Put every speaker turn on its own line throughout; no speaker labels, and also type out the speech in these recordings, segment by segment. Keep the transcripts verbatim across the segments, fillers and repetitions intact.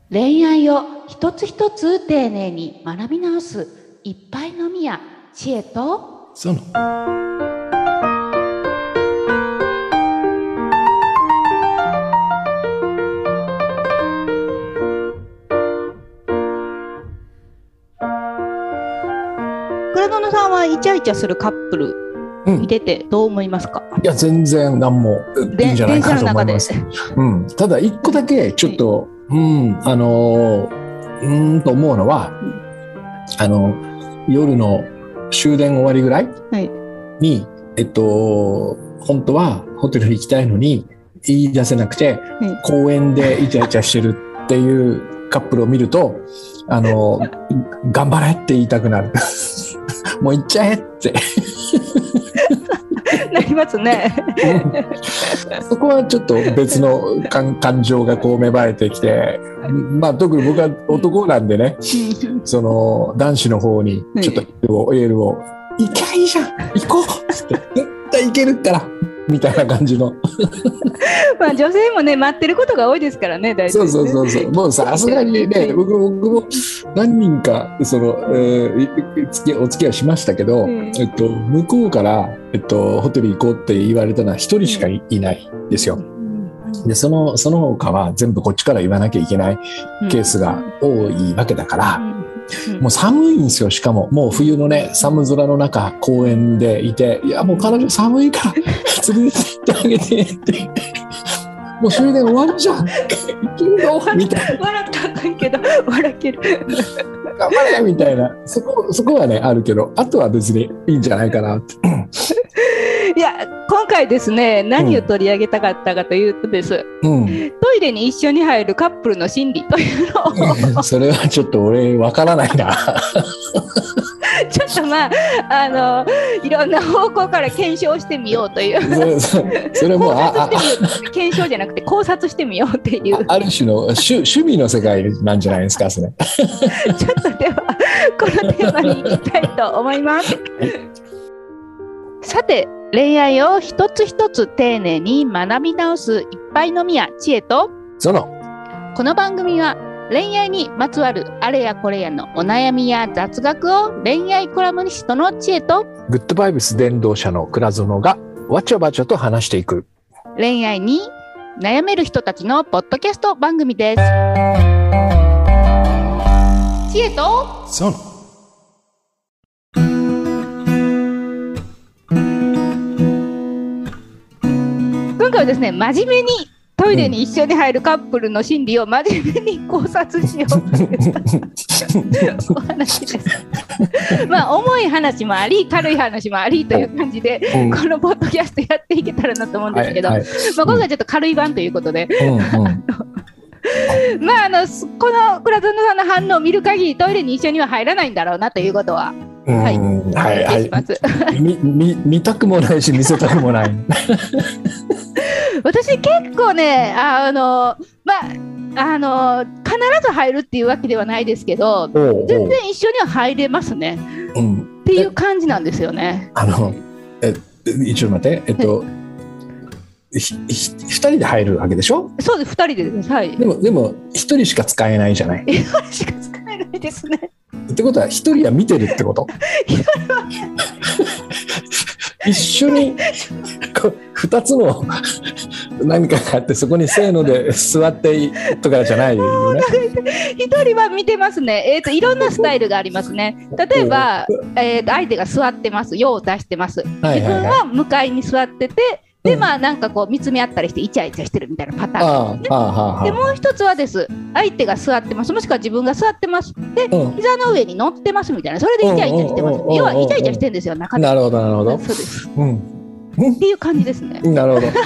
恋愛を一つ一つ丁寧に学び直すいっぱいのみや知恵と
その
倉園さんはイチャイチャするカップル見ててどう思いますか？
いや全然何もいいんじゃないかと思います、うん、ただ一個だけちょっと、うん、あのうーんと思うのは、うん、あの夜の終電終わりぐらいに、はい、えっと本当はホテルに行きたいのに言い出せなくて、はい、公園でイチャイチャしてるっていうカップルを見るとあの頑張れって言いたくなるもう行っちゃえって
なりますね
そこはちょっと別の感情がこう芽生えてきて、まあ、特に僕は男なんでねその男子の方にちょっとエールを、エールを行きゃいいじゃん行こうって絶対行けるからみたいな感じの
まあ女性もね待ってることが多いですからね大体ね。
そうそうそうそうもうさすがにね僕, 僕も何人かその、えー、付きお付き合いしましたけど、うんえっと、向こうから、えっと、ホテル行こうって言われたのは一人しか い,、うん、いないんですよ。でそのその他は全部こっちから言わなきゃいけないケースが多いわけだから、うんうん、もう寒いんですよ。しかももう冬のね寒空の中公園でいていやもう彼女寒いから連れて行ってあげてってもう終電終わりじゃんいけるよみたいな
笑ったらあかんけど笑ける
頑張れみたいなそこ、そこはねあるけどあとは別にいいんじゃないかなって
いや今回ですね何を取り上げたかったかというとです、うん、トイレに一緒に入るカップルの心理というのを
それはちょっと俺わからないな
ちょっとまああのいろんな方向から検証してみようというそ, それも考察してみよう検証じゃなくて考察してみようっていう あ,
ある種の 趣, 趣味の世界なんじゃないですかそれ
ちょっとではこのテーマに行きたいと思います、はい、さて恋愛を一つ一つ丁寧に学び直すいっぱいのみや知恵と
その
この番組は恋愛にまつわるあれやこれやのお悩みや雑学を恋愛コラムニストの知恵と
グッドバイブス伝道者の倉園がわちゃわちゃと話していく
恋愛に悩める人たちのポッドキャスト番組です。知恵と
その
今回はですね真面目にトイレに一緒に入るカップルの心理を真面目に考察しようというお話ですまあ重い話もあり軽い話もありという感じで、うん、このポッドキャストやっていけたらなと思うんですけど、はいはいまあ、今回はちょっと軽い版ということで、うんうんまああのこの倉園さんの反応を見る限りトイレに一緒には入らないんだろうなということははい、はいはい、
みみ見たくもないし見せたくもない
私結構ねあのまああの必ず入るっていうわけではないですけど全然一緒には入れますね、うん、っていう感じなんですよね。
あのえ一応待ってえっと、はいひひふたりで入るわけでしょ？
そうですふたりでです、はい、
でもでもひとりしか使えないじゃない
ひとりしか使えないですね
ってことはひとりは見てるってこと一緒にふたつの何かがあってそこにせーので座ってとかじゃないよね。
ひとりは見てますね、えーと、いろんなスタイルがありますね。例えば、えーと、相手が座ってます用を出してます、はいはいはい、自分は向かいに座っててでまあなんかこう見つめ合ったりしてイチャイチャしてるみたいなパターンですね。ああああでもう一つはです相手が座ってますもしくは自分が座ってますで、うん、膝の上に乗ってますみたいなそれでイチャイチャしてます要はイチャイチャしてるんですよ中で。
なるほどなるほど
そうです、うん、っていう感じですね。
なるほどなる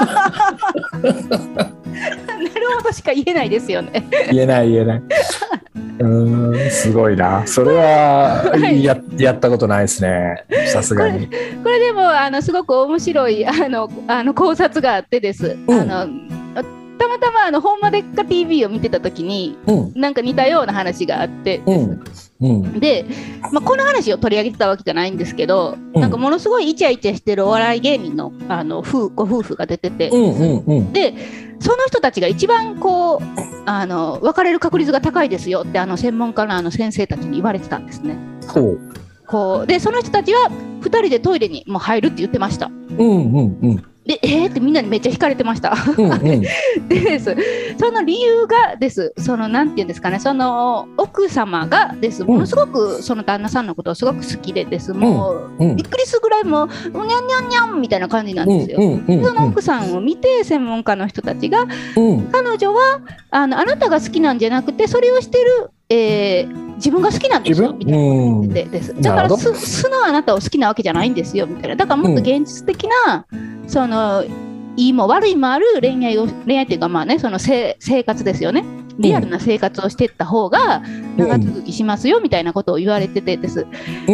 ほどしか言えないですよね
言えない言えないうーんすごいなそれは、はい、や, やったことないですねさすがに。
これ、これでもあのすごく面白いあのあの考察があってです、うん、あのたまたまあのほんまでっか ティーブイ を見てた時に、うん、なんか似たような話があって、うんうん、で、まあ、この話を取り上げてたわけじゃないんですけど、うん、なんかものすごいイチャイチャしてるお笑い芸人 の, あの夫ご夫婦が出てて、うんうんうん、でその人たちが一番こうあの別れる確率が高いですよってあの専門家のあの先生たちに言われてたんですね。ほうこうでその人たちはふたりでトイレにもう入るって言ってました。うんうんうん、でえーってみんなにめっちゃ惹かれてました。うんうん、でですその理由がですそのなんていうんですかね、その奥様がですものすごくその旦那さんのことをすごく好きでです、もう、うん、びっくりするぐらいもうにゃんにゃんにゃんみたいな感じなんですよ。うんうんうん、その奥さんを見て専門家の人たちが、うん、彼女はあのあなたが好きなんじゃなくてそれをしてる、えー自分が好きなんですよみたいな感じでです。だから素素のあなたを好きなわけじゃないんですよみたいな。だからもっと現実的な、うん、そのいいも悪いもある恋愛を恋愛っていうかまあねその生活ですよね。リアルな生活をしていった方が長続きしますよみたいなことを言われててです。うん、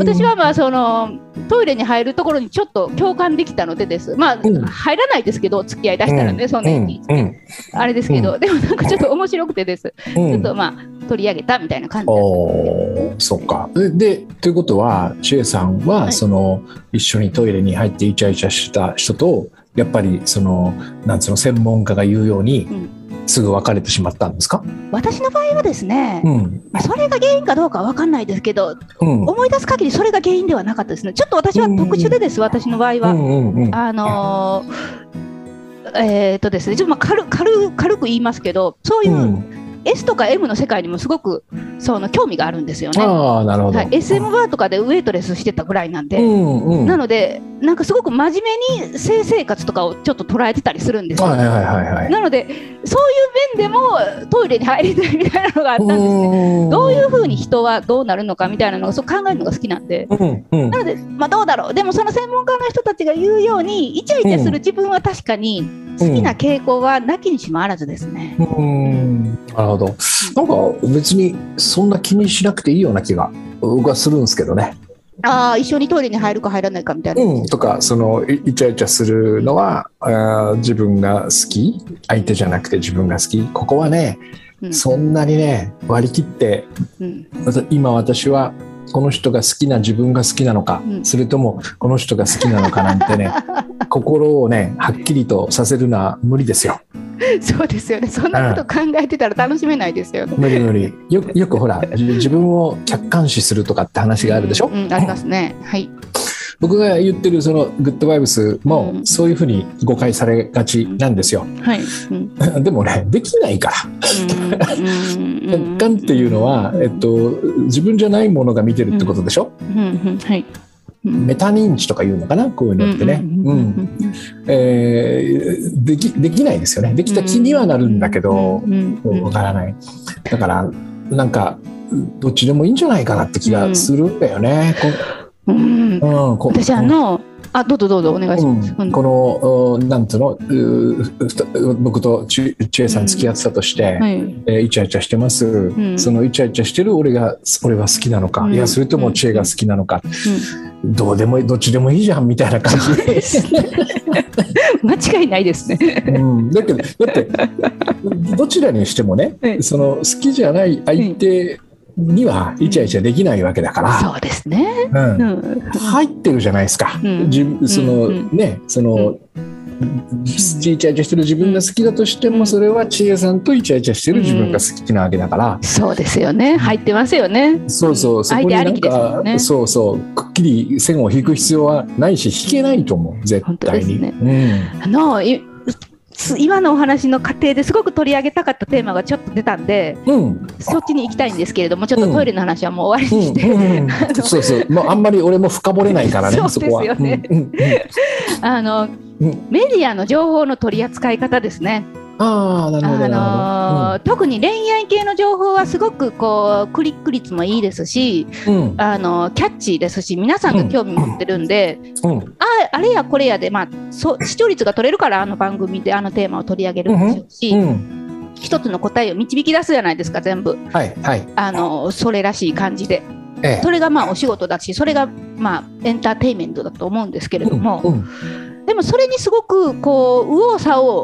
私はまあそのトイレに入るところにちょっと共感できたのでです。まあ、うん、入らないですけど付き合いだしたらね、うん、そんなに、うん、あれですけど、うん、でもなんかちょっと面白くてです。うん、ちょっとまあ取り上げたみたいな感じです。お
そうか。で、でということは千恵さんは、はい、その一緒にトイレに入ってイチャイチャした人とやっぱりそのなんつうの専門家が言うように、うんすぐ別れてしまったんですか？
私の場合はですね、うんまあ、それが原因かどうかは分かんないですけど、うん、思い出す限りそれが原因ではなかったですね。ちょっと私は特殊でです、うん、私の場合は、うんうんうん、あのー、えーっとですね、ちょっとまあ 軽, 軽, 軽く言いますけど、そういう、うん、S とか エム の世界にもすごくその興味があるんですよね。あなるほど、はい、エスエム バーとかでウェイトレスしてたぐらいなんで、うんうん、なのでなんかすごく真面目に性生活とかをちょっと捉えてたりするんですよ、はいはいはいはい、なのでそういう面でもトイレに入りたいみたいなのがあったんですね。どういうふうに人はどうなるのかみたいなのをそう考えるのが好きなんで、うんうん、なので、まあ、どうだろう。でもその専門家の人たちが言うようにイチャイチャする自分は確かに好きな傾向はなきにしもあらずですね。うんうん
なるほど。なんか別にそんな気にしなくていいような気が僕はするんですけどね。
あ一緒にトイレに入るか入らないかみたいな、
うん、とかそのイチャイチャするのは、うん、あ自分が好き相手じゃなくて自分が好きここはね、うん、そんなにね割り切って、うん、今私はこの人が好きな自分が好きなのか、うん、それともこの人が好きなのかなんてね心をねはっきりとさせるのは無理ですよ。
そうですよね。そんなこと考えてたら楽しめないですよね。
無理無理。よくよくほら自分を客観視するとかって話があるでしょ。
うんうん、ありますね。はい。
僕が言ってるそのグッドバイブスもそういうふうに誤解されがちなんですよ。うんはいうん、でもねできないから。客観っていうのは、えっと、自分じゃないものが見てるってことでしょ。うんうんうん、はい。メタ認知とかいうのかなこういうのってねできないですよね。できた気にはなるんだけどわからない。だからなんかどっちでもいいんじゃないかなって気がするんだよね。
うんうん、私あのあどうぞどうぞお願いします、うん、
このなんつうの僕とちえさん付き合ってたとして、うんはいえー、イチャイチャしてます、うん、そのイチャイチャしてる俺が俺は好きなのか、うん、いやそれともちえが好きなのか、うん、どうでもどっちでもいいじゃんみたいな感じで
間違いないですね、
うん、だけどだってどちらにしてもね、はい、その好きじゃない相手、うんにはイチャイチャできないわけだから、
うん、そうですね、
うんうん、入ってるじゃないですか、うん、その、うん、ねその、うん、イチャイチャしてる自分が好きだとしても、うん、それは千恵さんとイチャイチャしてる自分が好きなわけだから、
うん、そうですよね入ってますよね。
そうそうそこになんか、ね、そうそうくっきり線を引く必要はないし引けないと思う絶対に。本当ですね、うん、あの
今のお話の過程ですごく取り上げたかったテーマがちょっと出たんで、うん、そっちに行きたいんですけれどもちょっとトイレの話はもう終わりにして、うんうんうん、
そうそうもうあんまり俺も深掘れないからね
そうですよね、うんうん、あの、うん、メディアの情報の取り扱い方ですね。
あなるほど、あの
ーうん、特に恋愛系の情報はすごくこうクリック率もいいですし、うん、あのキャッチーですし皆さんが興味持ってるんで、うん、あ, あれやこれやで、まあ、そ視聴率が取れるからあの番組であのテーマを取り上げるんでしょうし、うんうん、一つの答えを導き出すじゃないですか全部、はいはい、あのそれらしい感じで、ええ、それがまあお仕事だしそれがまあエンターテインメントだと思うんですけれども、うんうん、でもそれにすごくこう右往左往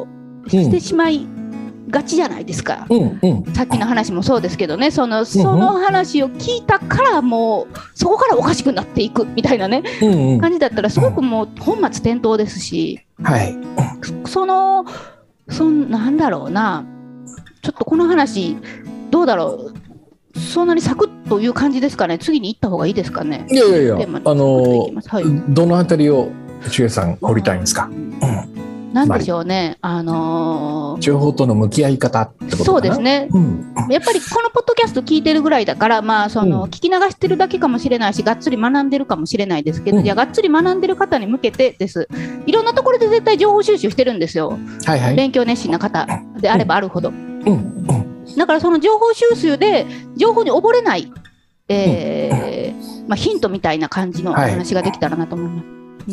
してしまいがちじゃないですか、
うんうん、
さっきの話もそうですけどね、その、その話を聞いたからもうそこからおかしくなっていくみたいなね、うんうん、感じだったらすごくもう本末転倒ですし、はい、そのそんなんだろうな、ちょっとこの話どうだろう、そんなにサクッという感じですかね。次に行った方がいいですかね。
いやいやいや、あのーはい、どのあたりをしげさん掘りたいんですか。
なんでしょうね、あのー、
情報との向き合い方ってことかな。
そうですね、うん、やっぱりこのポッドキャスト聞いてるぐらいだから、まあ、その、うん、聞き流してるだけかもしれないし、がっつり学んでるかもしれないですけど、うん、じゃあがっつり学んでる方に向けてです。いろんなところで絶対情報収集してるんですよ、はいはい、勉強熱心な方であればあるほど、うんうん、だからその情報収集で情報に溺れない、えーうんまあ、ヒントみたいな感じのお話ができたらなと思います、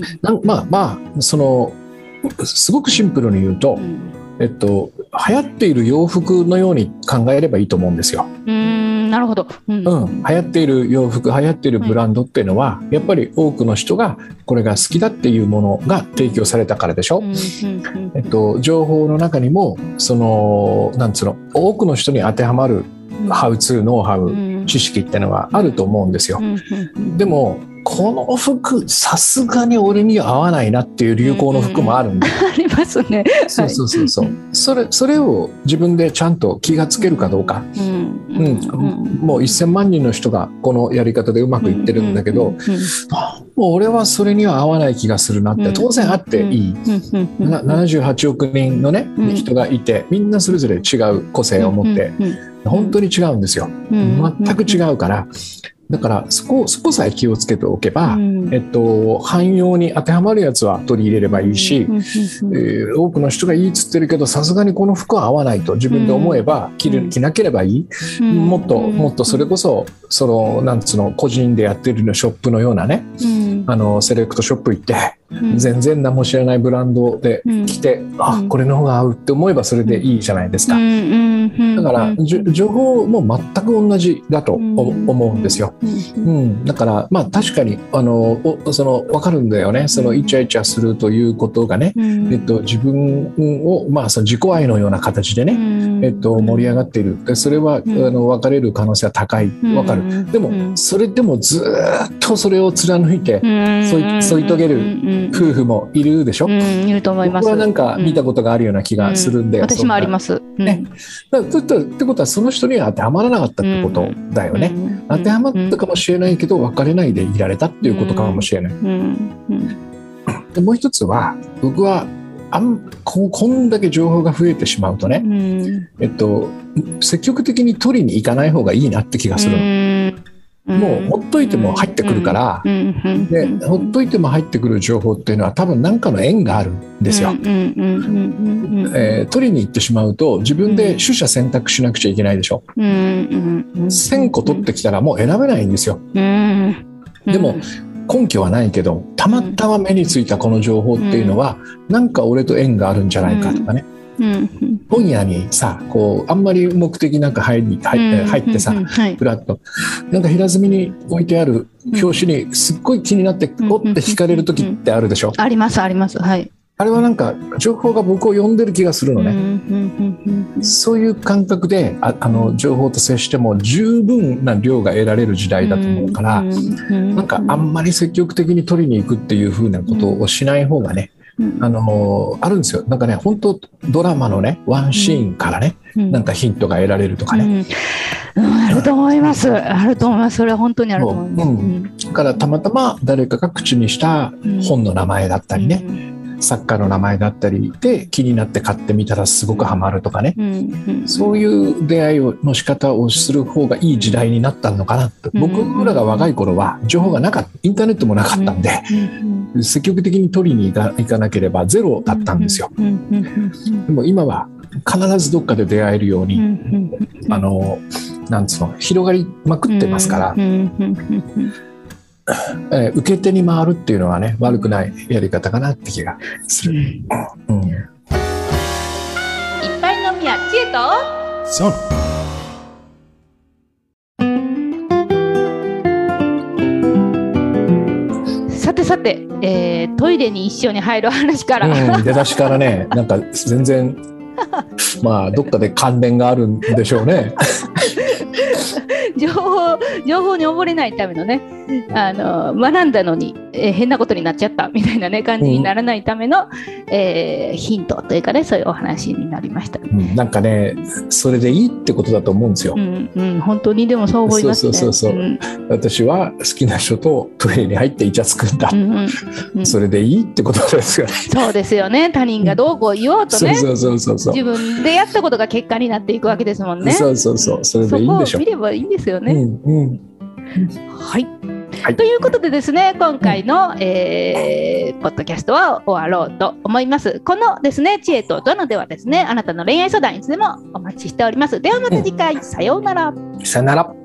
はい、
うん、まあまあそのすごくシンプルに言うと、うんえっと、流行っている洋服のように考えればいいと思うんですよ。
うーん、なるほど、うん
うん、流行っている洋服、流行っているブランドっていうのは、うん、やっぱり多くの人がこれが好きだっていうものが提供されたからでしょ、うんうんうんえっと、情報の中にもそのなんつうの多くの人に当てはまるハウツー、ノウハウ、うん、知識っていうのはあると思うんですよ、うんうんうん、でもこの服さすがに俺には合わないなっていう流行の服もあるんで、
うんうん、ありますね。
そうそうそうそう、はい、それそれを自分でちゃんと気がつけるかどうか、うんうんうん、もうせんまんにんの人がこのやり方でうまくいってるんだけど、うんうんうん、もう俺はそれには合わない気がするなって当然あっていい、うんうん、ななじゅうはちおくにんのね、うん、人がいてみんなそれぞれ違う個性を持って、うんうんうん、本当に違うんですよ、うん、全く違うからだからそこ、そこさえ気をつけておけば、うんえっと、汎用に当てはまるやつは取り入れればいいし、うんえー、多くの人がいいっつってるけどさすがにこの服は合わないと自分で思えば着る、着なければいい、うん、もっともっとそれこそそのなんつうの個人でやってるのショップのようなね、うん、あのセレクトショップ行って、うん、全然何も知らないブランドで着て、うん、あこれの方が合うって思えばそれでいいじゃないですか、うん、だから情報も全く同じだと思うんですよ、うん、だからまあ確かにあのその分かるんだよね、そのイチャイチャするということがね、うんえっと、自分を、まあ、その自己愛のような形でね、うんえっと、盛り上がっている、でそれは、うん、あの分かれる可能性は高い、分かる、うん、でもそれでもずっとそれを貫いて、うん、添い、添い遂げる夫婦もいるでしょ、うん、いると思います。僕はなんか見たことがあるような気がするんで、うん、
私もあります、うん
ね、だからってことはその人には当てはまらなかったってことだよね、うん、当てはまったかもしれないけど別れないでいられたっていうことかもしれない、うんうん、でもう一つは僕はあん こ, こんだけ情報が増えてしまうとね、うんえっと、積極的に取りに行かない方がいいなって気がするの、うん、もうほっといても入ってくるから、うん、でほっといても入ってくる情報っていうのは多分何かの縁があるんですよ、えー、取りに行ってしまうと自分で取捨選択しなくちゃいけないでしょ、うん、せんこ取ってきたらもう選べないんですよ、うん、でも根拠はないけどたまたま目についたこの情報っていうのは、うん、なんか俺と縁があるんじゃないかとかね、うんうん、本屋にさこうあんまり目的なんか入り入入ってさ、うんうんはい、フラッとなんか平積みに置いてある表紙にすっごい気になっておって惹かれる時ってあるでしょ、
ありますあります、はい、
あれはなんか情報が僕を呼んでる気がするのね、うんうんうん、そういう感覚で あ, あの情報と接しても十分な量が得られる時代だと思うから、うんうん、なんかあんまり積極的に取りに行くっていう風なことをしない方がね、うん、あのあるんですよ。なんかね本当ドラマのねワンシーンからね、うん、なんかヒントが得られるとかね、
うんうん、あると思います、あると思います。それは本当にあると思います、うん、
だからたまたま誰かが口にした本の名前だったりね、うんうん作家の名前だったりで気になって買ってみたらすごくハマるとかね、うんうん、そういう出会いの仕方をする方がいい時代になったのかなと、うん、僕らが若い頃は情報がなかった、インターネットもなかったんで、うんうん、積極的に取りに行か、行かなければゼロだったんですよ、うんうん、でも今は必ずどっかで出会えるように、うんうん、あのなんつうの広がりまくってますから、うんうんうんえー、受け手に回るっていうのはね悪くないやり方かなって気がする、うんうん、いっ
ぱい飲みや知恵と
そう
さてさて、えー、トイレに一緒に入る話から、
うん、出だしからねなんか全然まあどっかで関連があるんでしょうね。
情報情報に溺れないためのね、あの学んだのに、えー変なことになっちゃったみたいなね感じにならないための、えーヒントというかね、そういうお話になりました。
うん、なんかねそれでいいってことだと思うんですよ。
うんうん、本当にでもそう思いますね。
そうそうそうそう、
ん
私は好きな人とプレーに入ってイチャつくんだ、
うんうんうん、
それでいいってことですよね。
そうですよね。他人がどうこう言おうとね、
そうそうそうそう
自分でやったことが結果になっていくわけですもんね。
そうそうそう、それでいいんでしょ。
そこを見ればいいんですよね。
うんうん
はい、
はい、
ということでですね、今回の、えー、ポッドキャストは終わろうと思います。このですね、知恵とドナではですね、あなたの恋愛相談いつでもお待ちしております。ではまた次回、うん、さようなら。
さよなら。